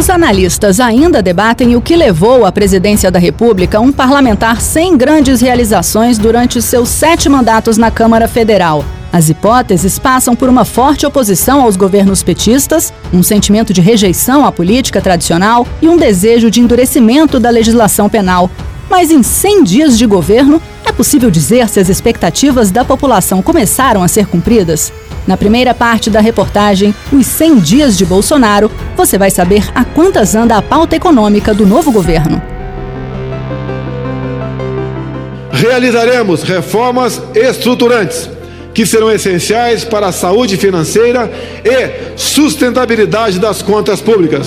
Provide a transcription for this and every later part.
Os analistas ainda debatem o que levou à presidência da República um parlamentar sem grandes realizações durante seus 7 mandatos na Câmara Federal. As hipóteses passam por uma forte oposição aos governos petistas, um sentimento de rejeição à política tradicional e um desejo de endurecimento da legislação penal. Mas em 100 dias de governo, é possível dizer se as expectativas da população começaram a ser cumpridas? Na primeira parte da reportagem, Os 100 Dias de Bolsonaro, você vai saber a quantas anda a pauta econômica do novo governo. Realizaremos reformas estruturantes, que serão essenciais para a saúde financeira e sustentabilidade das contas públicas.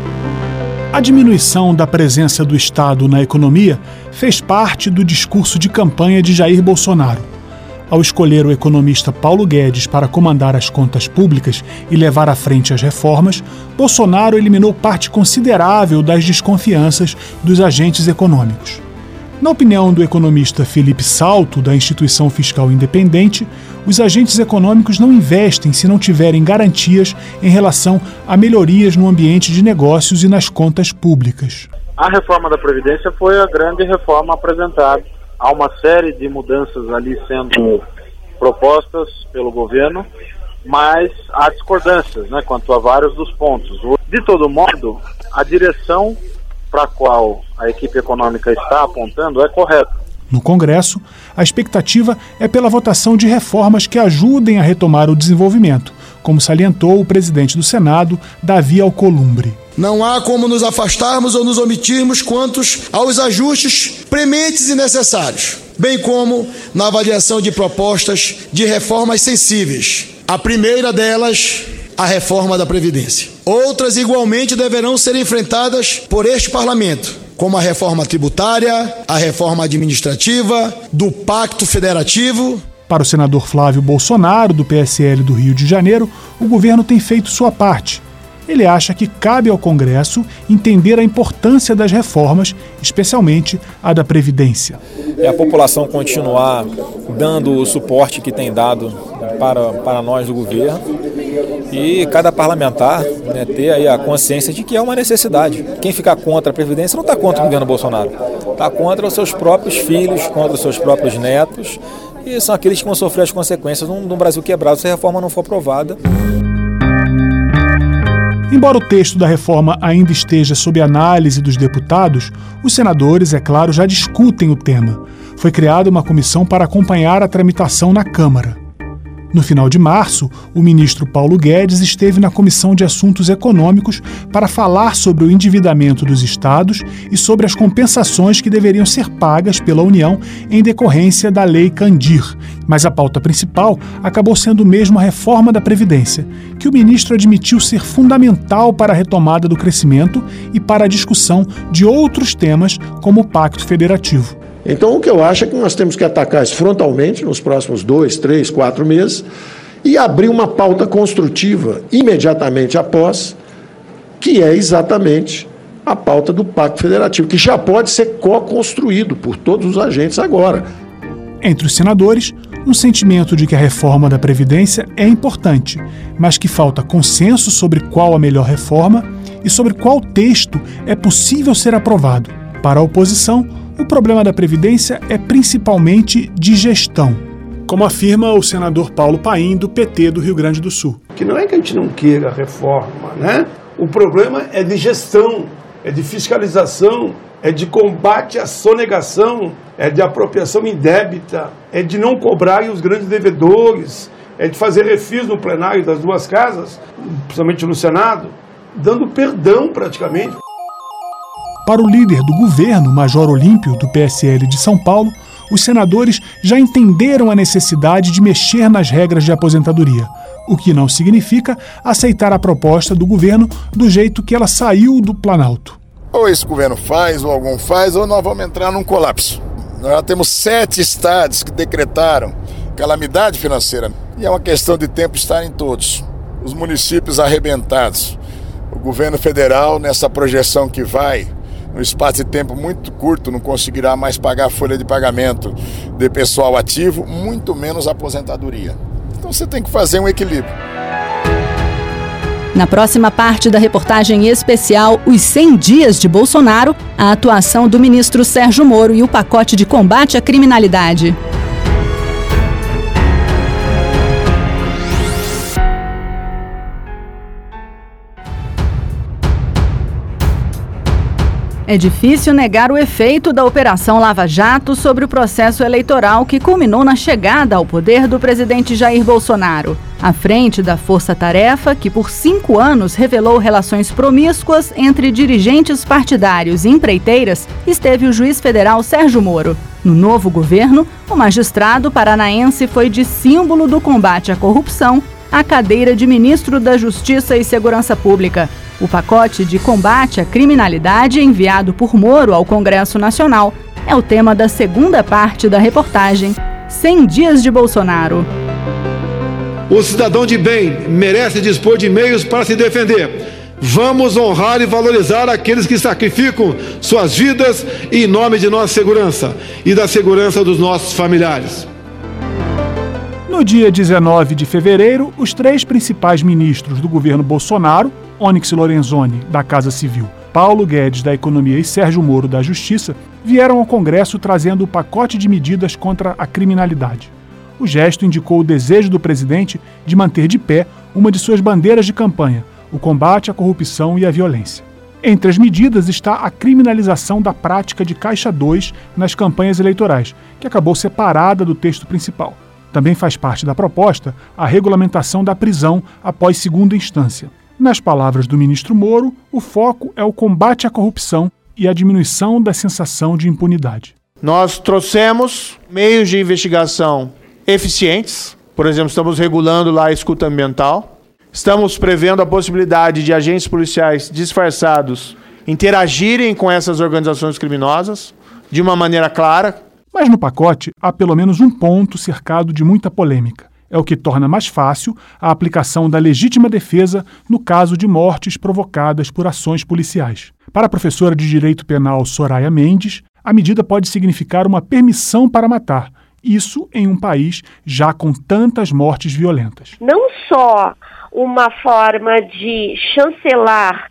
A diminuição da presença do Estado na economia fez parte do discurso de campanha de Jair Bolsonaro. Ao escolher o economista Paulo Guedes para comandar as contas públicas e levar à frente as reformas, Bolsonaro eliminou parte considerável das desconfianças dos agentes econômicos. Na opinião do economista Felipe Salto, da Instituição Fiscal Independente, os agentes econômicos não investem se não tiverem garantias em relação a melhorias no ambiente de negócios e nas contas públicas. A reforma da Previdência foi a grande reforma apresentada. Há uma série de mudanças ali sendo propostas pelo governo, mas há discordâncias, quanto a vários dos pontos. De todo modo, a direção para a qual a equipe econômica está apontando é correta. No Congresso, a expectativa é pela votação de reformas que ajudem a retomar o desenvolvimento, como salientou o presidente do Senado, Davi Alcolumbre. Não há como nos afastarmos ou nos omitirmos quanto aos ajustes prementes e necessários, bem como na avaliação de propostas de reformas sensíveis. A primeira delas, a reforma da Previdência. Outras igualmente deverão ser enfrentadas por este Parlamento, como a reforma tributária, a reforma administrativa, do Pacto Federativo. Para o senador Flávio Bolsonaro, do PSL do Rio de Janeiro, o governo tem feito sua parte. Ele acha que cabe ao Congresso entender a importância das reformas, especialmente a da Previdência. É a população continuar dando o suporte que tem dado para nós do governo e cada parlamentar ter aí a consciência de que é uma necessidade. Quem ficar contra a Previdência não está contra o governo Bolsonaro, está contra os seus próprios filhos, contra os seus próprios netos, e são aqueles que vão sofrer as consequências de um Brasil quebrado se a reforma não for aprovada. Embora o texto da reforma ainda esteja sob análise dos deputados, os senadores, é claro, já discutem o tema. Foi criada uma comissão para acompanhar a tramitação na Câmara. No final de março, o ministro Paulo Guedes esteve na Comissão de Assuntos Econômicos para falar sobre o endividamento dos estados e sobre as compensações que deveriam ser pagas pela União em decorrência da Lei Candir. Mas a pauta principal acabou sendo mesmo a reforma da Previdência, que o ministro admitiu ser fundamental para a retomada do crescimento e para a discussão de outros temas, como o Pacto Federativo. Então, o que eu acho é que nós temos que atacar isso frontalmente nos próximos 2, 3, 4 meses e abrir uma pauta construtiva imediatamente após, que é exatamente a pauta do Pacto Federativo, que já pode ser co-construído por todos os agentes agora. Entre os senadores, um sentimento de que a reforma da Previdência é importante, mas que falta consenso sobre qual a melhor reforma e sobre qual texto é possível ser aprovado. Para a oposição, o problema da Previdência é principalmente de gestão, como afirma o senador Paulo Paim, do PT do Rio Grande do Sul. Que não é que a gente não queira reforma, O problema é de gestão, é de fiscalização, é de combate à sonegação, é de apropriação indébita, é de não cobrar os grandes devedores, é de fazer refis no plenário das duas casas, principalmente no Senado, dando perdão praticamente. Para o líder do governo, Major Olímpio, do PSL de São Paulo, os senadores já entenderam a necessidade de mexer nas regras de aposentadoria, o que não significa aceitar a proposta do governo do jeito que ela saiu do Planalto. Ou esse governo faz, ou algum faz, ou nós vamos entrar num colapso. Nós já temos 7 estados que decretaram calamidade financeira, e é uma questão de tempo estarem todos. Os municípios arrebentados, o governo federal nessa projeção que vai, no espaço de tempo muito curto, não conseguirá mais pagar a folha de pagamento de pessoal ativo, muito menos a aposentadoria. Então você tem que fazer um equilíbrio. Na próxima parte da reportagem especial Os 100 Dias de Bolsonaro, a atuação do ministro Sérgio Moro e o pacote de combate à criminalidade. É difícil negar o efeito da Operação Lava Jato sobre o processo eleitoral que culminou na chegada ao poder do presidente Jair Bolsonaro. À frente da força-tarefa, que por 5 anos revelou relações promíscuas entre dirigentes partidários e empreiteiras, esteve o juiz federal Sérgio Moro. No novo governo, o magistrado paranaense foi de símbolo do combate à corrupção à cadeira de ministro da Justiça e Segurança Pública. O pacote de combate à criminalidade enviado por Moro ao Congresso Nacional é o tema da segunda parte da reportagem 100 Dias de Bolsonaro. O cidadão de bem merece dispor de meios para se defender. Vamos honrar e valorizar aqueles que sacrificam suas vidas em nome de nossa segurança e da segurança dos nossos familiares. No dia 19 de fevereiro, os 3 principais ministros do governo Bolsonaro, Onyx Lorenzoni, da Casa Civil, Paulo Guedes, da Economia e Sérgio Moro, da Justiça, vieram ao Congresso trazendo o pacote de medidas contra a criminalidade. O gesto indicou o desejo do presidente de manter de pé uma de suas bandeiras de campanha, o combate à corrupção e à violência. Entre as medidas está a criminalização da prática de caixa 2 nas campanhas eleitorais, que acabou separada do texto principal. Também faz parte da proposta a regulamentação da prisão após segunda instância. Nas palavras do ministro Moro, o foco é o combate à corrupção e a diminuição da sensação de impunidade. Nós trouxemos meios de investigação eficientes, por exemplo, estamos regulando lá a escuta ambiental, estamos prevendo a possibilidade de agentes policiais disfarçados interagirem com essas organizações criminosas de uma maneira clara. Mas no pacote há pelo menos um ponto cercado de muita polêmica. É o que torna mais fácil a aplicação da legítima defesa no caso de mortes provocadas por ações policiais. Para a professora de Direito Penal Soraya Mendes, a medida pode significar uma permissão para matar, isso em um país já com tantas mortes violentas. Não só uma forma de chancelar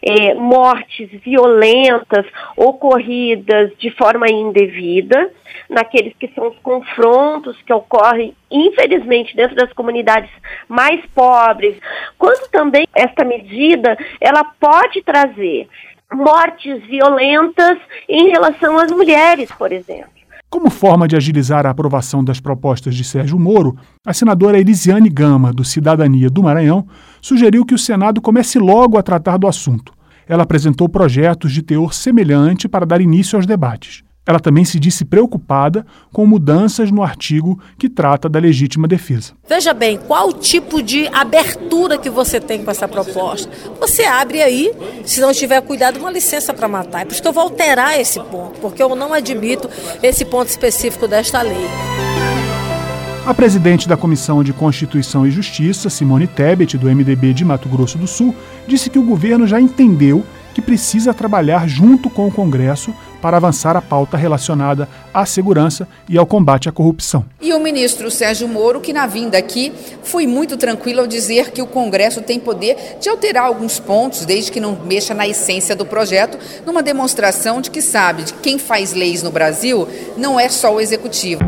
mortes violentas ocorridas de forma indevida, naqueles que são os confrontos que ocorrem, infelizmente, dentro das comunidades mais pobres, quanto também esta medida ela pode trazer mortes violentas em relação às mulheres, por exemplo. Como forma de agilizar a aprovação das propostas de Sérgio Moro, a senadora Elisiane Gama, do Cidadania do Maranhão, sugeriu que o Senado comece logo a tratar do assunto. Ela apresentou projetos de teor semelhante para dar início aos debates. Ela também se disse preocupada com mudanças no artigo que trata da legítima defesa. Veja bem, qual o tipo de abertura que você tem com essa proposta? Você abre aí, se não tiver cuidado, uma licença para matar. É por isso que eu vou alterar esse ponto, porque eu não admito esse ponto específico desta lei. A presidente da Comissão de Constituição e Justiça, Simone Tebet, do MDB de Mato Grosso do Sul, disse que o governo já entendeu que precisa trabalhar junto com o Congresso para avançar a pauta relacionada à segurança e ao combate à corrupção. E o ministro Sérgio Moro, que na vinda aqui foi muito tranquilo ao dizer que o Congresso tem poder de alterar alguns pontos, desde que não mexa na essência do projeto, numa demonstração de que sabe de quem faz leis no Brasil não é só o Executivo.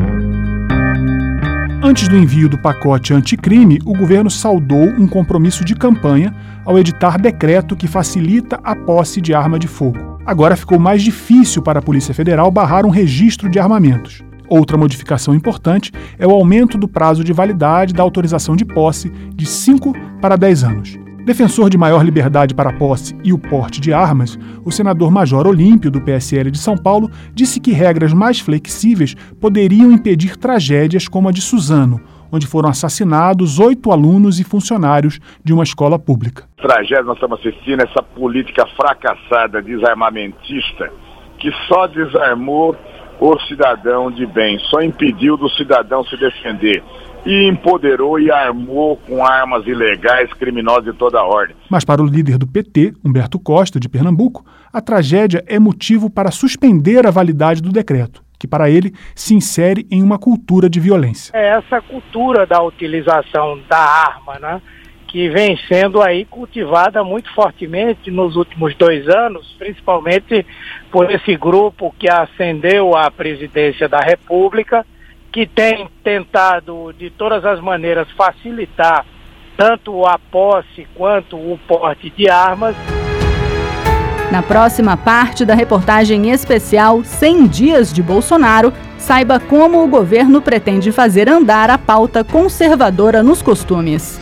Antes do envio do pacote anticrime, o governo saudou um compromisso de campanha ao editar decreto que facilita a posse de arma de fogo. Agora ficou mais difícil para a Polícia Federal barrar um registro de armamentos. Outra modificação importante é o aumento do prazo de validade da autorização de posse de 5 para 10 anos. Defensor de maior liberdade para a posse e o porte de armas, o senador Major Olímpio, do PSL de São Paulo, disse que regras mais flexíveis poderiam impedir tragédias como a de Suzano, onde foram assassinados 8 alunos e funcionários de uma escola pública. Tragédia, nós estamos assistindo essa política fracassada, desarmamentista, que só desarmou o cidadão de bem, só impediu do cidadão se defender. E empoderou e armou com armas ilegais, criminosas de toda a ordem. Mas para o líder do PT, Humberto Costa, de Pernambuco, a tragédia é motivo para suspender a validade do decreto, que para ele se insere em uma cultura de violência. É essa cultura da utilização da arma, né, que vem sendo aí cultivada muito fortemente nos últimos 2 anos, principalmente por esse grupo que ascendeu à presidência da República, que tem tentado de todas as maneiras facilitar tanto a posse quanto o porte de armas. Na próxima parte da reportagem especial 100 dias de Bolsonaro, saiba como o governo pretende fazer andar a pauta conservadora nos costumes.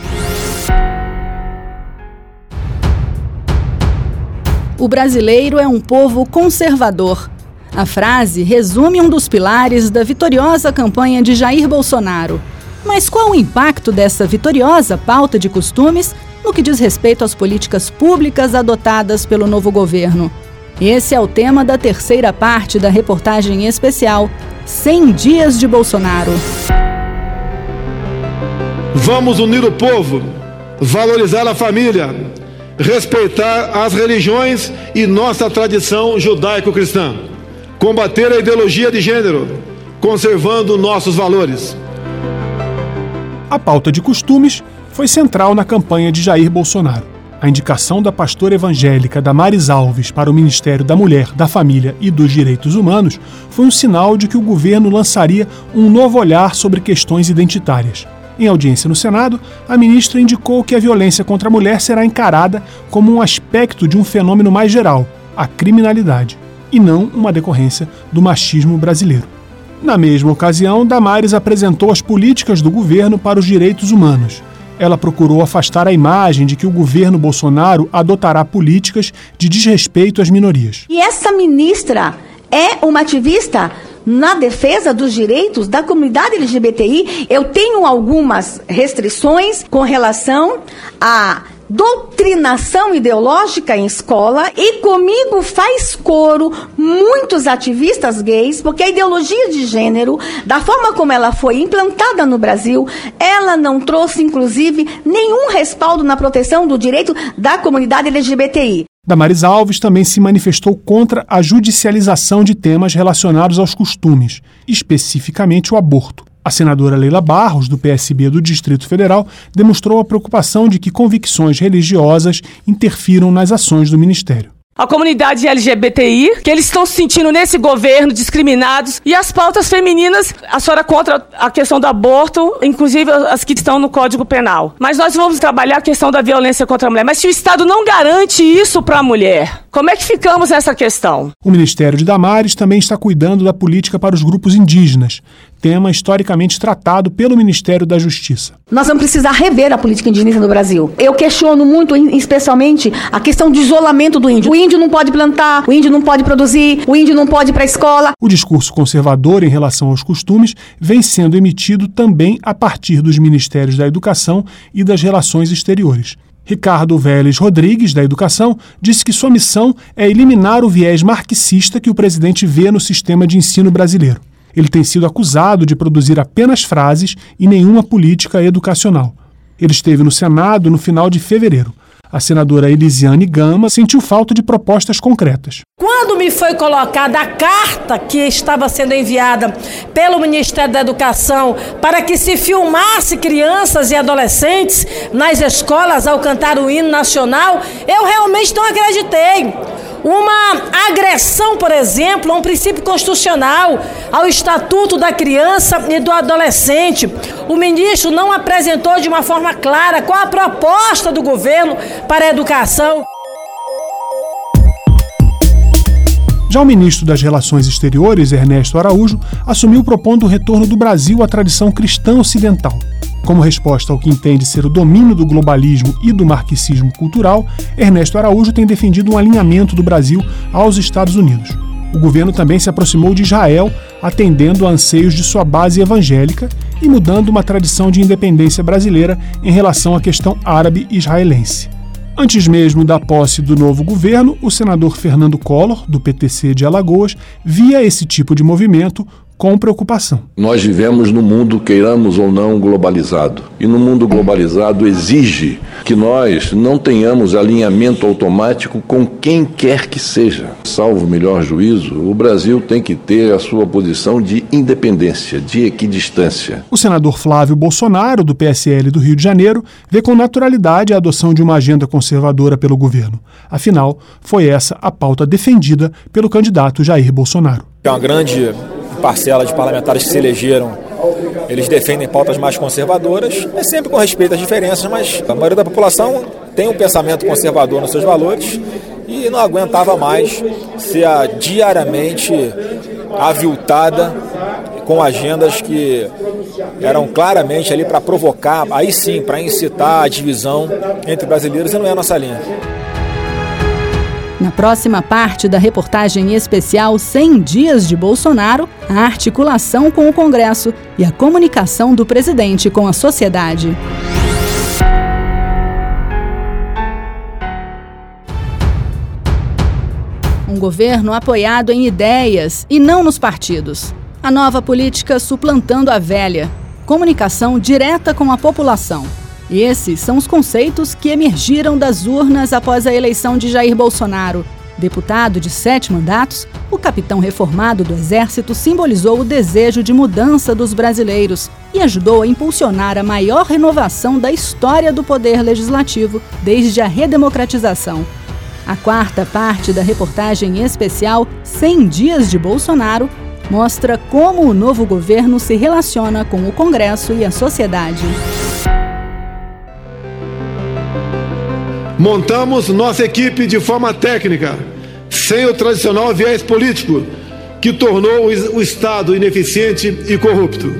O brasileiro é um povo conservador. A frase resume um dos pilares da vitoriosa campanha de Jair Bolsonaro. Mas qual o impacto dessa vitoriosa pauta de costumes no que diz respeito às políticas públicas adotadas pelo novo governo? Esse é o tema da terceira parte da reportagem especial 100 dias de Bolsonaro. Vamos unir o povo, valorizar a família, respeitar as religiões e nossa tradição judaico-cristã, combater a ideologia de gênero, conservando nossos valores. A pauta de costumes foi central na campanha de Jair Bolsonaro. A indicação da pastora evangélica Damares Alves para o Ministério da Mulher, da Família e dos Direitos Humanos foi um sinal de que o governo lançaria um novo olhar sobre questões identitárias. Em audiência no Senado, a ministra indicou que a violência contra a mulher será encarada como um aspecto de um fenômeno mais geral, a criminalidade, e não uma decorrência do machismo brasileiro. Na mesma ocasião, Damares apresentou as políticas do governo para os direitos humanos. Ela procurou afastar a imagem de que o governo Bolsonaro adotará políticas de desrespeito às minorias. E essa ministra é uma ativista na defesa dos direitos da comunidade LGBTI. Eu tenho algumas restrições com relação à doutrinação ideológica em escola, e comigo faz coro muitos ativistas gays, porque a ideologia de gênero, da forma como ela foi implantada no Brasil, ela não trouxe, inclusive, nenhum respaldo na proteção do direito da comunidade LGBTI. Damares Alves também se manifestou contra a judicialização de temas relacionados aos costumes, especificamente o aborto. A senadora Leila Barros, do PSB do Distrito Federal, demonstrou a preocupação de que convicções religiosas interfiram nas ações do Ministério. A comunidade LGBTI, que eles estão se sentindo nesse governo discriminados, e as pautas femininas, a senhora contra a questão do aborto, inclusive as que estão no Código Penal. Mas nós vamos trabalhar a questão da violência contra a mulher. Mas se o Estado não garante isso para a mulher, como é que ficamos nessa questão? O Ministério de Damares também está cuidando da política para os grupos indígenas, tema historicamente tratado pelo Ministério da Justiça. Nós vamos precisar rever a política indígena no Brasil. Eu questiono muito, especialmente, a questão do isolamento do índio. O índio não pode plantar, o índio não pode produzir, o índio não pode ir para a escola. O discurso conservador em relação aos costumes vem sendo emitido também a partir dos Ministérios da Educação e das Relações Exteriores. Ricardo Vélez Rodrigues, da Educação, disse que sua missão é eliminar o viés marxista que o presidente vê no sistema de ensino brasileiro. Ele tem sido acusado de produzir apenas frases e nenhuma política educacional. Ele esteve no Senado no final de fevereiro. A senadora Elisiane Gama sentiu falta de propostas concretas. Quando me foi colocada a carta que estava sendo enviada pelo Ministério da Educação para que se filmasse crianças e adolescentes nas escolas ao cantar o hino nacional, eu realmente não acreditei. Uma agressão, por exemplo, a um princípio constitucional, ao Estatuto da Criança e do Adolescente. O ministro não apresentou de uma forma clara qual a proposta do governo para a educação. Já o ministro das Relações Exteriores, Ernesto Araújo, assumiu propondo o retorno do Brasil à tradição cristã ocidental. Como resposta ao que entende ser o domínio do globalismo e do marxismo cultural, Ernesto Araújo tem defendido um alinhamento do Brasil aos Estados Unidos. O governo também se aproximou de Israel, atendendo a anseios de sua base evangélica e mudando uma tradição de independência brasileira em relação à questão árabe-israelense. Antes mesmo da posse do novo governo, o senador Fernando Collor, do PTC de Alagoas, via esse tipo de movimento com preocupação. Nós vivemos num mundo, queiramos ou não, globalizado. E no mundo globalizado exige que nós não tenhamos alinhamento automático com quem quer que seja. Salvo o melhor juízo, o Brasil tem que ter a sua posição de independência, de equidistância. O senador Flávio Bolsonaro, do PSL do Rio de Janeiro, vê com naturalidade a adoção de uma agenda conservadora pelo governo. Afinal, foi essa a pauta defendida pelo candidato Jair Bolsonaro. É uma grande parcela de parlamentares que se elegeram, eles defendem pautas mais conservadoras, sempre com respeito às diferenças, mas a maioria da população tem um pensamento conservador nos seus valores e não aguentava mais ser diariamente aviltada com agendas que eram claramente ali para provocar, aí sim, para incitar a divisão entre brasileiros, e não é a nossa linha. Na próxima parte da reportagem especial 100 dias de Bolsonaro, a articulação com o Congresso e a comunicação do presidente com a sociedade. Um governo apoiado em ideias e não nos partidos. A nova política suplantando a velha. Comunicação direta com a população. Esses são os conceitos que emergiram das urnas após a eleição de Jair Bolsonaro. Deputado de 7 mandatos, o capitão reformado do Exército simbolizou o desejo de mudança dos brasileiros e ajudou a impulsionar a maior renovação da história do poder legislativo desde a redemocratização. A quarta parte da reportagem especial 100 dias de Bolsonaro mostra como o novo governo se relaciona com o Congresso e a sociedade. Montamos nossa equipe de forma técnica, sem o tradicional viés político, que tornou o Estado ineficiente e corrupto.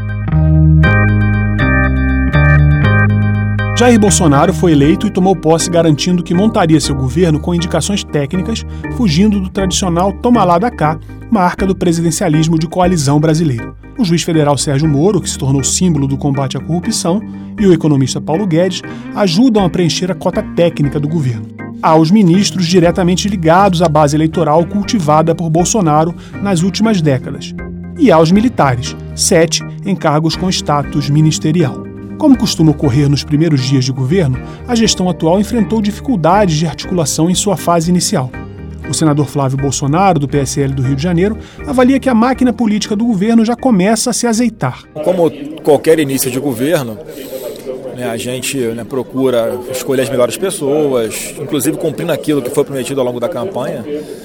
Jair Bolsonaro foi eleito e tomou posse garantindo que montaria seu governo com indicações técnicas, fugindo do tradicional toma lá da cá, marca do presidencialismo de coalizão brasileiro. O juiz federal Sérgio Moro, que se tornou símbolo do combate à corrupção, e o economista Paulo Guedes ajudam a preencher a cota técnica do governo. Há os ministros diretamente ligados à base eleitoral cultivada por Bolsonaro nas últimas décadas. E há os militares, 7 em cargos com status ministerial. Como costuma ocorrer nos primeiros dias de governo, a gestão atual enfrentou dificuldades de articulação em sua fase inicial. O senador Flávio Bolsonaro, do PSL do Rio de Janeiro, avalia que a máquina política do governo já começa a se azeitar. Como qualquer início de governo, a gente procura escolher as melhores pessoas, inclusive cumprindo aquilo que foi prometido ao longo da campanha,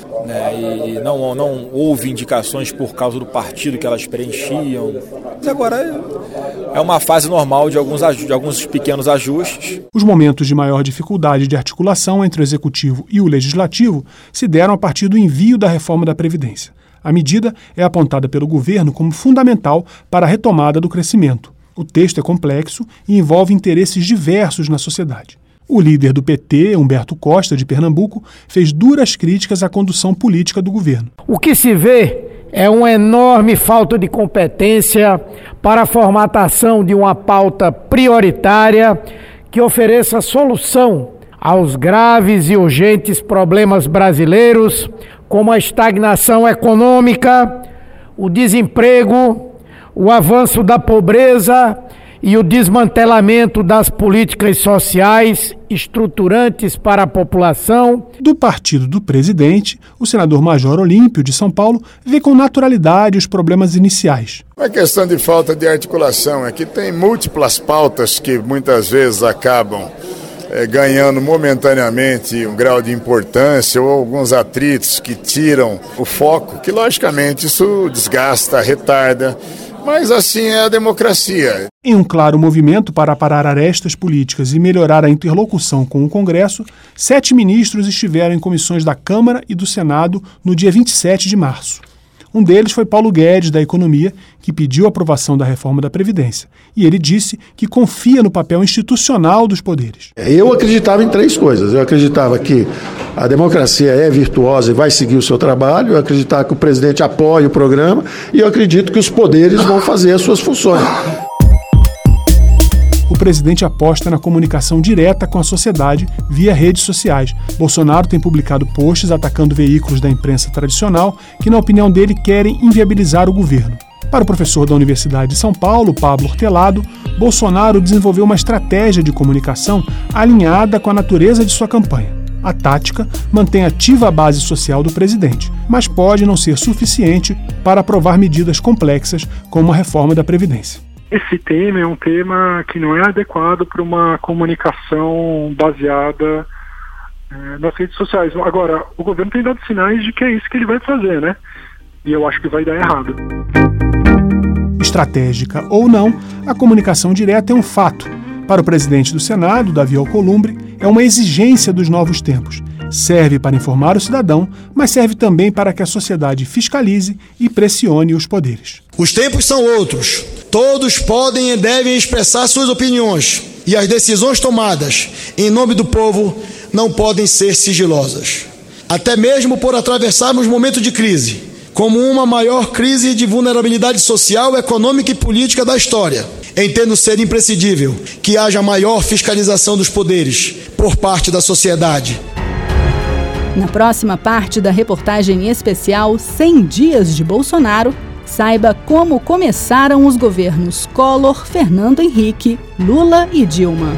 e não houve indicações por causa do partido que elas preenchiam. Mas agora é uma fase normal de alguns pequenos ajustes. Os momentos de maior dificuldade de articulação entre o Executivo e o Legislativo se deram a partir do envio da reforma da Previdência. A medida é apontada pelo governo como fundamental para a retomada do crescimento. O texto é complexo e envolve interesses diversos na sociedade. O líder do PT, Humberto Costa, de Pernambuco, fez duras críticas à condução política do governo. O que se vê é uma enorme falta de competência para a formatação de uma pauta prioritária que ofereça solução aos graves e urgentes problemas brasileiros, como a estagnação econômica, o desemprego, o avanço da pobreza e o desmantelamento das políticas sociais estruturantes para a população. Do partido do presidente, o senador Major Olímpio, de São Paulo, vê com naturalidade os problemas iniciais. Não é questão de falta de articulação, é que tem múltiplas pautas que muitas vezes acabam ganhando momentaneamente um grau de importância ou alguns atritos que tiram o foco, que logicamente isso desgasta, retarda. Mas assim é a democracia. Em um claro movimento para parar arestas políticas e melhorar a interlocução com o Congresso, 7 ministros estiveram em comissões da Câmara e do Senado no dia 27 de março. Um deles foi Paulo Guedes, da Economia, que pediu a aprovação da reforma da Previdência. E ele disse que confia no papel institucional dos poderes. Eu acreditava em 3 coisas. Eu acreditava que a democracia é virtuosa e vai seguir o seu trabalho. Eu acreditava que o presidente apoia o programa. E eu acredito que os poderes vão fazer as suas funções. o presidente aposta na comunicação direta com a sociedade via redes sociais. Bolsonaro tem publicado posts atacando veículos da imprensa tradicional que, na opinião dele, querem inviabilizar o governo. Para o professor da Universidade de São Paulo, Pablo Hortelado, Bolsonaro desenvolveu uma estratégia de comunicação alinhada com a natureza de sua campanha. A tática mantém ativa a base social do presidente, mas pode não ser suficiente para aprovar medidas complexas como a reforma da Previdência. Esse tema é um tema que não é adequado para uma comunicação baseada nas redes sociais. Agora, o governo tem dado sinais de que é isso que ele vai fazer, né? E eu acho que vai dar errado. Estratégica ou não, a comunicação direta é um fato. Para o presidente do Senado, Davi Alcolumbre, é uma exigência dos novos tempos. Serve para informar o cidadão, mas serve também para que a sociedade fiscalize e pressione os poderes. Os tempos são outros. Todos podem e devem expressar suas opiniões. E as decisões tomadas em nome do povo não podem ser sigilosas. Até mesmo por atravessarmos momentos de crise, como uma maior crise de vulnerabilidade social, econômica e política da história. Entendo ser imprescindível que haja maior fiscalização dos poderes por parte da sociedade. Na próxima parte da reportagem especial 100 dias de Bolsonaro, saiba como começaram os governos Collor, Fernando Henrique, Lula e Dilma.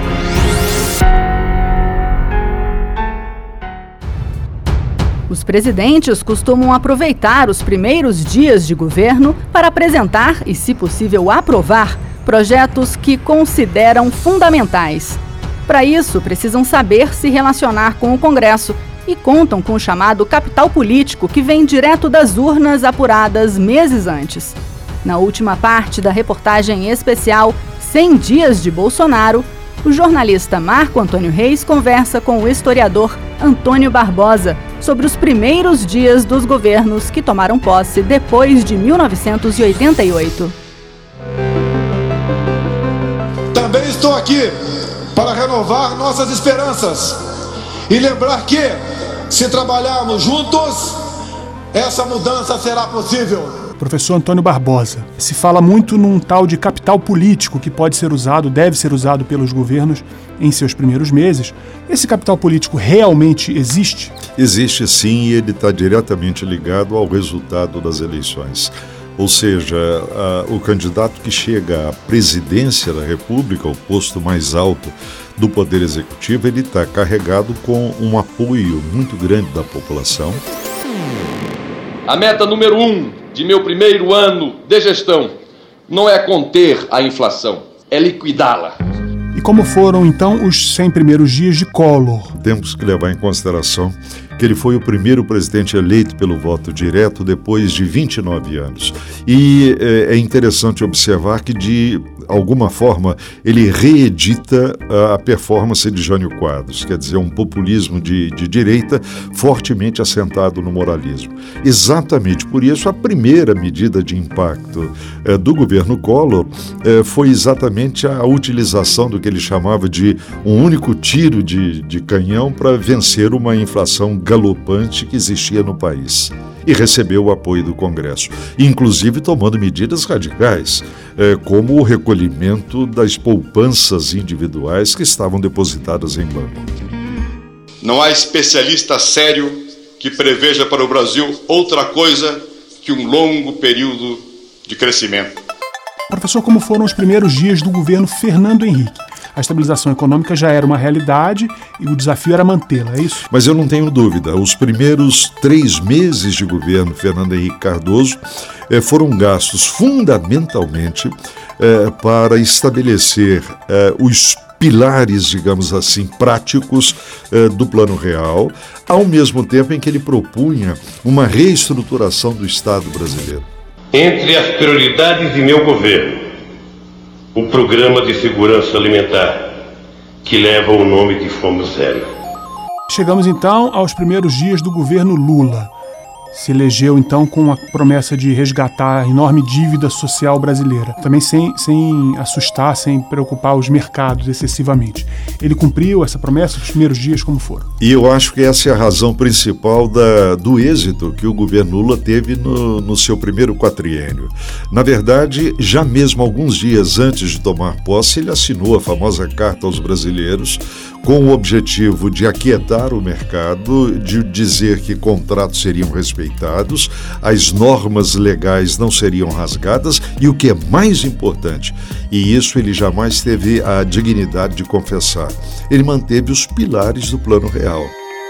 Os presidentes costumam aproveitar os primeiros dias de governo para apresentar e, se possível, aprovar projetos que consideram fundamentais. Para isso, precisam saber se relacionar com o Congresso e contam com o chamado capital político, que vem direto das urnas apuradas meses antes. Na última parte da reportagem especial 100 dias de Bolsonaro, o jornalista Marco Antônio Reis conversa com o historiador Antônio Barbosa sobre os primeiros dias dos governos que tomaram posse depois de 1988. Também estou aqui para renovar nossas esperanças e lembrar que, se trabalharmos juntos, essa mudança será possível. Professor Antônio Barbosa, se fala muito num tal de capital político que pode ser usado, deve ser usado pelos governos em seus primeiros meses. Esse capital político realmente existe? Existe sim, e ele está diretamente ligado ao resultado das eleições. Ou seja, o candidato que chega à presidência da República, o posto mais alto do Poder Executivo, ele está carregado com um apoio muito grande da população. A meta número 1 de meu primeiro ano de gestão não é conter a inflação, é liquidá-la. E como foram, então, os 100 primeiros dias de Collor? Temos que levar em consideração que ele foi o primeiro presidente eleito pelo voto direto depois de 29 anos. E é interessante observar que, de alguma forma, ele reedita a performance de Jânio Quadros, quer dizer, um populismo de direita fortemente assentado no moralismo. Exatamente por isso, a primeira medida de impacto do governo Collor foi exatamente a utilização do que ele chamava de um único tiro de canhão para vencer uma inflação galopante que existia no país. E recebeu o apoio do Congresso, inclusive tomando medidas radicais, como o recolhimento das poupanças individuais que estavam depositadas em banco. Não há especialista sério que preveja para o Brasil outra coisa que um longo período de crescimento. Professor, como foram os primeiros dias do governo Fernando Henrique? A estabilização econômica já era uma realidade e o desafio era mantê-la, é isso? Mas eu não tenho dúvida, os primeiros 3 meses de governo Fernando Henrique Cardoso foram gastos fundamentalmente para estabelecer os pilares, digamos assim, práticos do Plano Real, ao mesmo tempo em que ele propunha uma reestruturação do Estado brasileiro. Entre as prioridades de meu governo, o Programa de Segurança Alimentar, que leva o nome de Fome Zero. Chegamos então aos primeiros dias do governo Lula. se elegeu então com a promessa de resgatar a enorme dívida social brasileira, também sem assustar, sem preocupar os mercados excessivamente. Ele cumpriu essa promessa nos primeiros dias, como foram? E eu acho que essa é a razão principal do êxito que o governo Lula teve no seu primeiro quatriênio. Na verdade, já mesmo alguns dias antes de tomar posse, ele assinou a famosa Carta aos Brasileiros, com o objetivo de aquietar o mercado, de dizer que contratos seriam respeitados, as normas legais não seriam rasgadas e, o que é mais importante, e isso ele jamais teve a dignidade de confessar, ele manteve os pilares do Plano Real.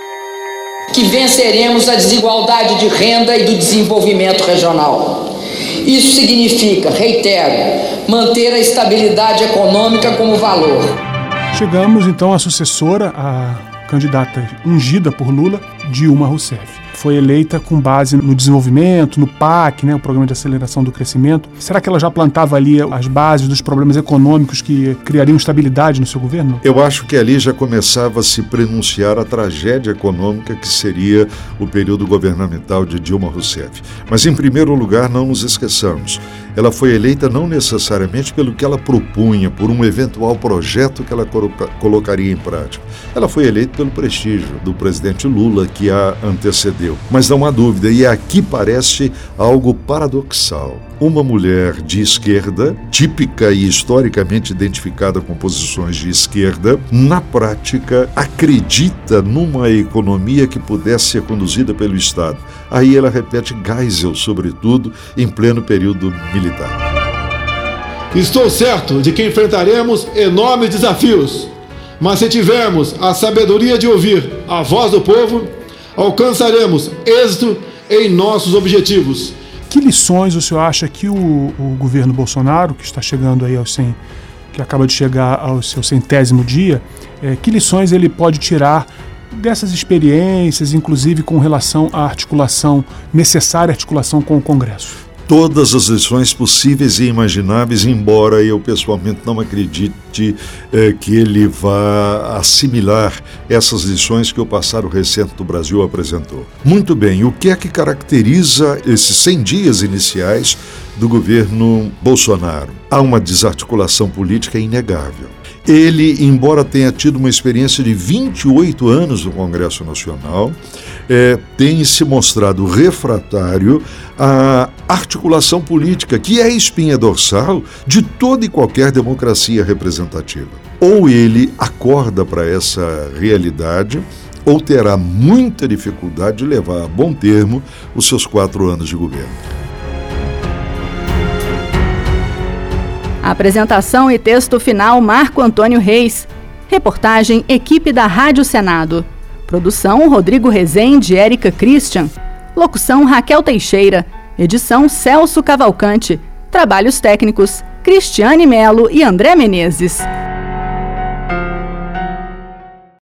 Que venceremos a desigualdade de renda e do desenvolvimento regional. Isso significa, reitero, manter a estabilidade econômica como valor. Chegamos então à sucessora, a candidata ungida por Lula, Dilma Rousseff. Foi eleita com base no desenvolvimento, no PAC, o Programa de Aceleração do Crescimento. Será que ela já plantava ali as bases dos problemas econômicos que criariam estabilidade no seu governo? Eu acho que ali já começava a se prenunciar a tragédia econômica que seria o período governamental de Dilma Rousseff. Mas, em primeiro lugar, não nos esqueçamos, ela foi eleita não necessariamente pelo que ela propunha, por um eventual projeto que ela colocaria em prática. Ela foi eleita pelo prestígio do presidente Lula, que a antecedeu. Mas não há dúvida, e aqui parece algo paradoxal. Uma mulher de esquerda, típica e historicamente identificada com posições de esquerda, na prática acredita numa economia que pudesse ser conduzida pelo Estado. Aí ela repete Geisel, sobretudo, em pleno período militar. Estou certo de que enfrentaremos enormes desafios, mas se tivermos a sabedoria de ouvir a voz do povo, alcançaremos êxito em nossos objetivos. Que lições o senhor acha que o governo Bolsonaro, que está chegando aí que acaba de chegar ao seu 100º dia, que lições ele pode tirar dessas experiências, inclusive com relação à necessária articulação com o Congresso? Todas as lições possíveis e imagináveis, embora eu pessoalmente não acredite que ele vá assimilar essas lições que o passado recente do Brasil apresentou. Muito bem, o que é que caracteriza esses 100 dias iniciais do governo Bolsonaro? Há uma desarticulação política inegável. Ele, embora tenha tido uma experiência de 28 anos no Congresso Nacional, tem se mostrado refratário à articulação política, que é a espinha dorsal de toda e qualquer democracia representativa. Ou ele acorda para essa realidade, ou terá muita dificuldade de levar a bom termo os seus 4 anos de governo. Apresentação e texto final Marco Antônio Reis. Reportagem equipe da Rádio Senado. Produção Rodrigo Rezende e Érica Christian. Locução Raquel Teixeira. Edição Celso Cavalcante. Trabalhos técnicos Cristiane Melo e André Menezes.